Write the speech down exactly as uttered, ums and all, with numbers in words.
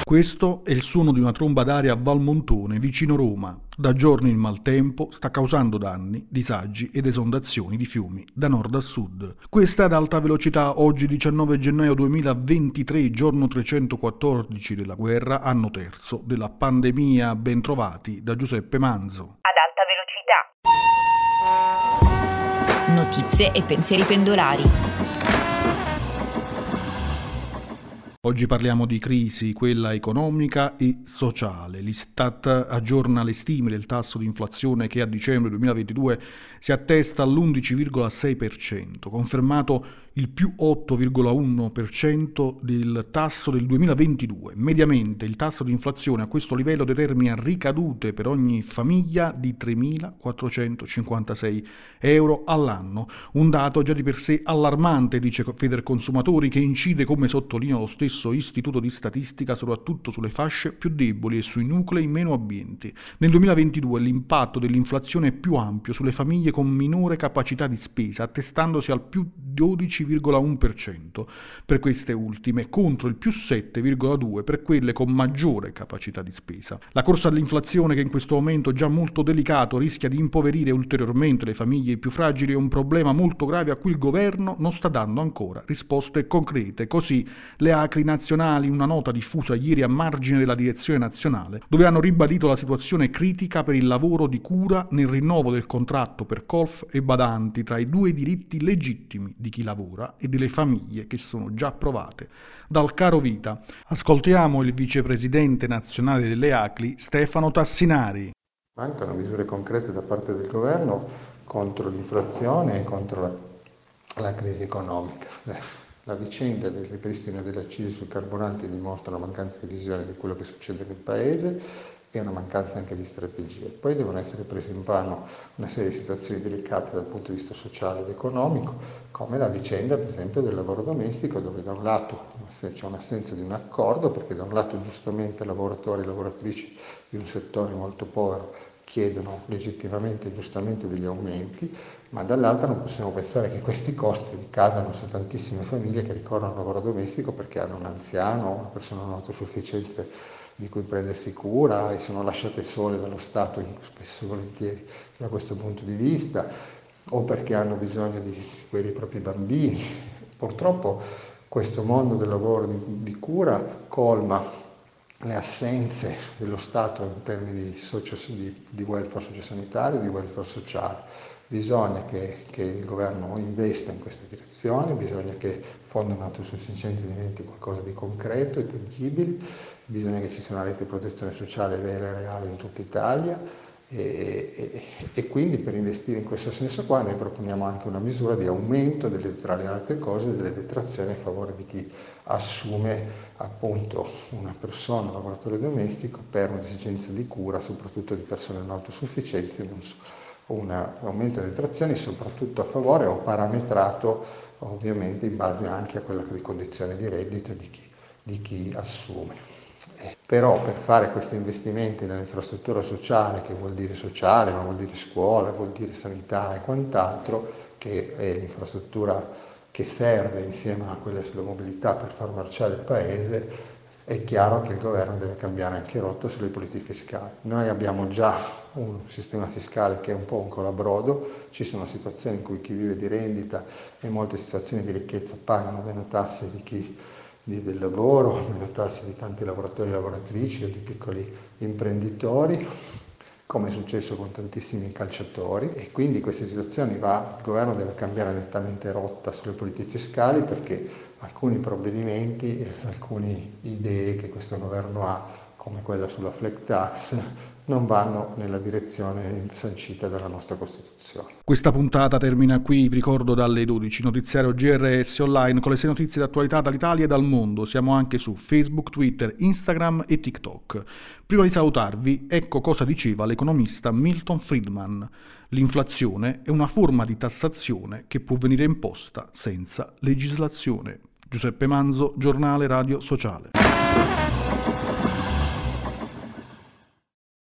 Questo è il suono di una tromba d'aria a Valmontone, vicino Roma. Da giorni il maltempo sta causando danni, disagi ed esondazioni di fiumi da nord a sud. Questa è ad alta velocità, oggi diciannove gennaio duemilaventitré, giorno trecentoquattordici della guerra, anno terzo della pandemia. Bentrovati da Giuseppe Manzo. Ad alta velocità. Notizie e pensieri pendolari. Oggi parliamo di crisi, quella economica e sociale. L'Istat aggiorna le stime del tasso di inflazione che a dicembre duemilaventidue si attesta all'undici virgola sei per cento, confermato il più otto virgola uno per cento del tasso del duemilaventidue. Mediamente il tasso di inflazione a questo livello determina ricadute per ogni famiglia di tremilaquattrocentocinquantasei euro all'anno, un dato già di per sé allarmante, dice Federconsumatori, che incide, come sottolinea lo stesso Istituto di Statistica, soprattutto sulle fasce più deboli e sui nuclei meno abbienti. Nel duemilaventidue l'impatto dell'inflazione è più ampio sulle famiglie con minore capacità di spesa, attestandosi al più dodici virgola uno per cento per queste ultime, contro il più sette virgola due per cento per quelle con maggiore capacità di spesa. La corsa all'inflazione, che in questo momento già molto delicato rischia di impoverire ulteriormente le famiglie più fragili, è un problema molto grave a cui il governo non sta dando ancora risposte concrete. Così le Acri nazionali, in una nota diffusa ieri a margine della direzione nazionale, dove hanno ribadito la situazione critica per il lavoro di cura nel rinnovo del contratto per colf e badanti, tra i due diritti legittimi di chi lavora e delle famiglie che sono già approvate dal caro vita. Ascoltiamo il vicepresidente nazionale delle Acli, Stefano Tassinari. Mancano misure concrete da parte del governo contro l'inflazione e contro la, la crisi economica. La vicenda del ripristino delle accise sui carburanti dimostra una mancanza di visione di quello che succede nel Paese e una mancanza anche di strategie. Poi devono essere prese in mano una serie di situazioni delicate dal punto di vista sociale ed economico, come la vicenda per esempio del lavoro domestico, dove da un lato c'è un'assenza di un accordo, perché da un lato giustamente lavoratori e lavoratrici di un settore molto povero chiedono legittimamente e giustamente degli aumenti, ma dall'altra non possiamo pensare che questi costi ricadano su tantissime famiglie che ricorrono al lavoro domestico perché hanno un anziano, una persona non autosufficiente di cui prendersi cura e sono lasciate sole dallo Stato spesso e volentieri da questo punto di vista, o perché hanno bisogno di seguire i propri bambini. Purtroppo questo mondo del lavoro di, di cura colma le assenze dello Stato in termini di, socio, di, di welfare sociosanitario e di welfare sociale. Bisogna che, che il governo investa in questa direzione, bisogna che il Fondo Autosufficienza diventi qualcosa di concreto e tangibile, bisogna che ci sia una rete di protezione sociale vera e reale in tutta Italia e, e, e quindi per investire in questo senso qua noi proponiamo anche una misura di aumento delle, tra le altre cose, delle detrazioni a favore di chi assume appunto una persona, un lavoratore domestico, per un'esigenza di cura, soprattutto di persone non autosufficienti, non so, un aumento delle detrazioni soprattutto a favore o parametrato ovviamente in base anche a quella che è la condizione di reddito di chi, di chi assume. Eh, però per fare questi investimenti nell'infrastruttura sociale, che vuol dire sociale, ma vuol dire scuola, vuol dire sanità e quant'altro, che è l'infrastruttura che serve insieme a quelle sulla mobilità per far marciare il Paese, è chiaro che il governo deve cambiare anche rotta sulle politiche fiscali. Noi abbiamo già un sistema fiscale che è un po' un colabrodo, ci sono situazioni in cui chi vive di rendita e molte situazioni di ricchezza pagano meno tasse di chi di, del lavoro, meno tasse di tanti lavoratori e lavoratrici o di piccoli imprenditori, come è successo con tantissimi calciatori, e quindi in queste situazioni va, il governo deve cambiare nettamente rotta sulle politiche fiscali, perché alcuni provvedimenti e alcune idee che questo governo ha, come quella sulla flat tax, non vanno nella direzione sancita dalla nostra Costituzione. Questa puntata termina qui, vi ricordo dalle dodici, notiziario G R S Online con le sei notizie d'attualità dall'Italia e dal mondo. Siamo anche su Facebook, Twitter, Instagram e TikTok. Prima di salutarvi, ecco cosa diceva l'economista Milton Friedman. L'inflazione è una forma di tassazione che può venire imposta senza legislazione. Giuseppe Manzo, Giornale Radio Sociale.